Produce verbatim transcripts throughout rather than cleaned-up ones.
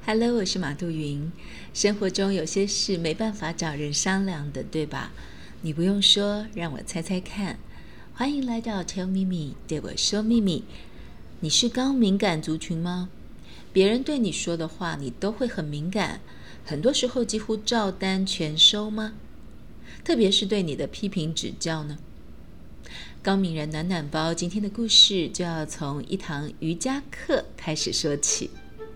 Hello， 我是马杜云。生活中有些事没办法找人商量的，对吧？你不用说，让我猜猜看。欢迎来到 Tell Me Me， 对我说秘密。你是高敏感族群吗？别人对你说的话，你都会很敏感，很多时候几乎照单全收吗？特别是对你的批评指教呢？高敏人暖暖包今天的故事就要从一堂瑜伽课开始说起。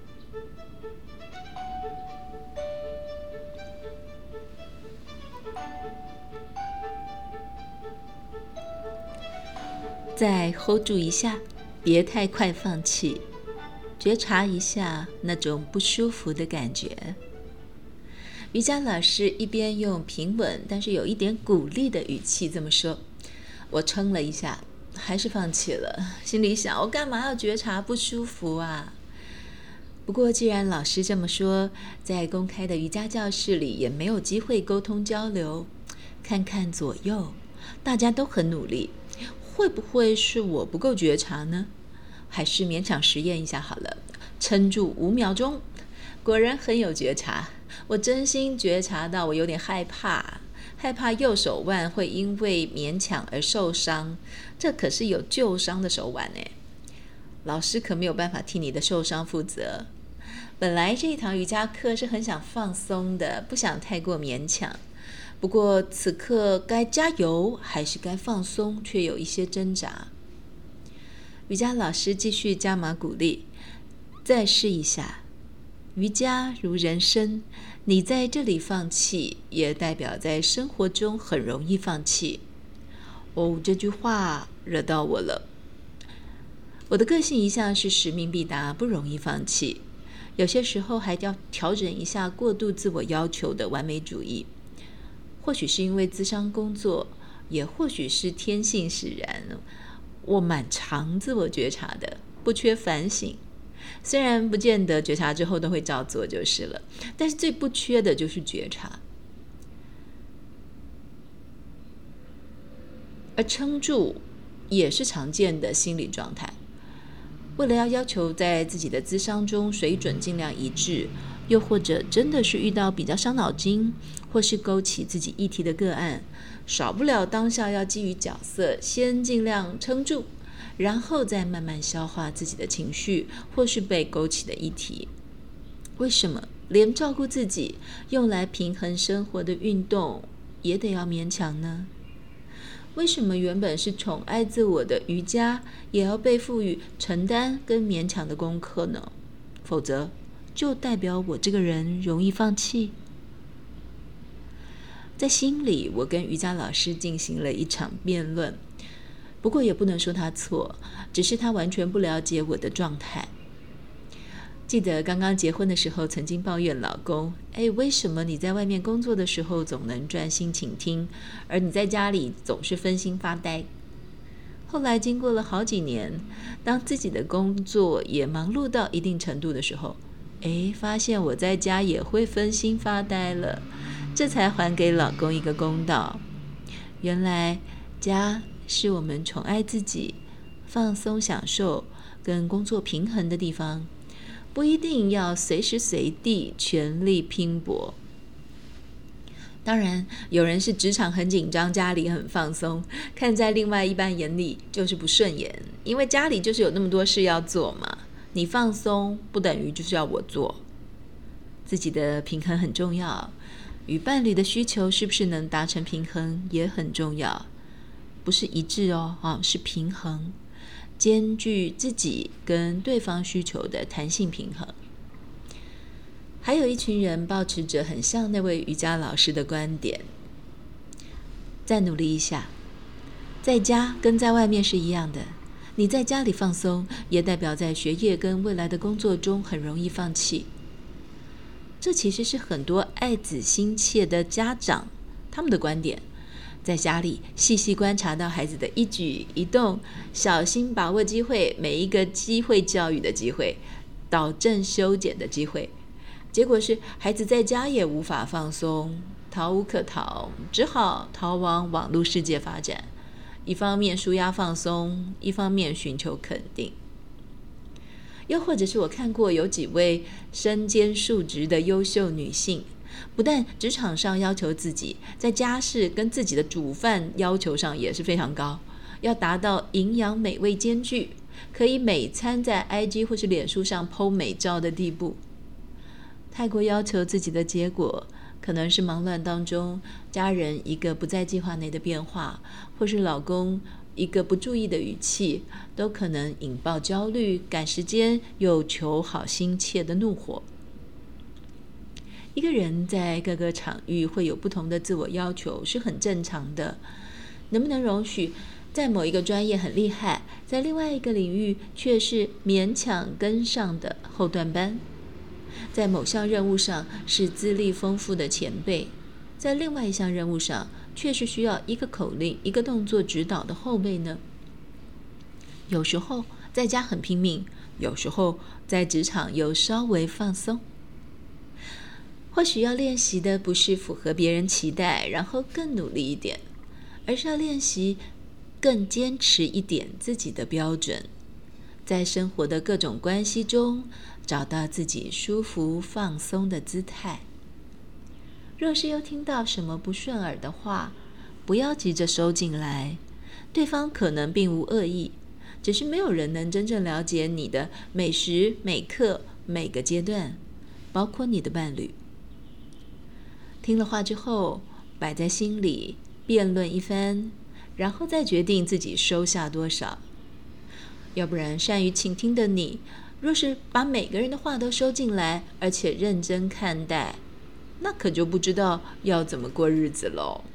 再 hold 住一下，别太快放弃，觉察一下那种不舒服的感觉。瑜伽老师一边用平稳但是有一点鼓励的语气这么说。我撑了一下，还是放弃了，心里想，我干嘛要觉察不舒服啊？不过既然老师这么说，在公开的瑜伽教室里也没有机会沟通交流，看看左右，大家都很努力，会不会是我不够觉察呢？还是勉强实验一下好了，撑住五秒钟。果然很有觉察，我真心觉察到我有点害怕，害怕右手腕会因为勉强而受伤，这可是有旧伤的手腕耶。老师可没有办法替你的受伤负责。本来这一堂瑜伽课是很想放松的，不想太过勉强。不过此刻该加油还是该放松，却有一些挣扎。瑜伽老师继续加码鼓励，再试一下。瑜伽如人生，你在这里放弃，也代表在生活中很容易放弃。哦，这句话惹到我了。我的个性一向是使命必达，不容易放弃。有些时候还要调整一下过度自我要求的完美主义。或许是因为咨商工作，也或许是天性使然，我蛮常自我觉察的，不缺反省。虽然不见得觉察之后都会照做就是了，但是最不缺的就是觉察。而撑住也是常见的心理状态。为了要要求在自己的咨商中水准尽量一致，又或者真的是遇到比较伤脑筋或是勾起自己议题的个案，少不了当下要基于角色先尽量撑住，然后再慢慢消化自己的情绪或是被勾起的议题。为什么连照顾自己用来平衡生活的运动也得要勉强呢？为什么原本是宠爱自我的瑜伽也要被赋予承担跟勉强的功课呢？否则就代表我这个人容易放弃。在心里，我跟瑜伽老师进行了一场辩论，不过也不能说他错，只是他完全不了解我的状态。记得刚刚结婚的时候，曾经抱怨老公，哎，为什么你在外面工作的时候总能专心倾听，而你在家里总是分心发呆？后来经过了好几年，当自己的工作也忙碌到一定程度的时候，哎，发现我在家也会分心发呆了，这才还给老公一个公道。原来家是我们宠爱自己、放松享受跟工作平衡的地方，不一定要随时随地全力拼搏。当然，有人是职场很紧张，家里很放松，看在另外一半眼里就是不顺眼，因为家里就是有那么多事要做嘛，你放松不等于就是要我做。自己的平衡很重要，与伴侣的需求是不是能达成平衡也很重要，不是一致哦，啊，是平衡。兼具自己跟对方需求的弹性平衡。还有一群人抱持着很像那位瑜伽老师的观点，再努力一下，在家跟在外面是一样的，你在家里放松，也代表在学业跟未来的工作中很容易放弃。这其实是很多爱子心切的家长他们的观点。在家里细细观察到孩子的一举一动，小心把握机会，每一个机会教育的机会，导正修剪的机会。结果是孩子在家也无法放松，逃无可逃，只好逃往网络世界发展。一方面抒压放松，一方面寻求肯定。 又或者是我看过有几位身兼数职的优秀女性，不但职场上要求自己，在家事跟自己的煮饭要求上也是非常高，要达到营养美味兼具，可以每餐在 I G 或是脸书上 po 美照的地步。太过要求自己的结果，可能是忙乱当中家人一个不在计划内的变化，或是老公一个不注意的语气，都可能引爆焦虑、赶时间又求好心切的怒火。一个人在各个场域会有不同的自我要求是很正常的，能不能容许在某一个专业很厉害，在另外一个领域却是勉强跟上的后段班，在某项任务上是资历丰富的前辈，在另外一项任务上却是需要一个口令一个动作指导的后辈呢？有时候在家很拼命，有时候在职场又稍微放松。或许要练习的不是符合别人期待然后更努力一点，而是要练习更坚持一点自己的标准，在生活的各种关系中找到自己舒服放松的姿态。若是又听到什么不顺耳的话，不要急着收进来，对方可能并无恶意，只是没有人能真正了解你的每时每刻每个阶段，包括你的伴侣。听了话之后，摆在心里辩论一番，然后再决定自己收下多少。要不然善于倾听的你，若是把每个人的话都收进来，而且认真看待，那可就不知道要怎么过日子喽。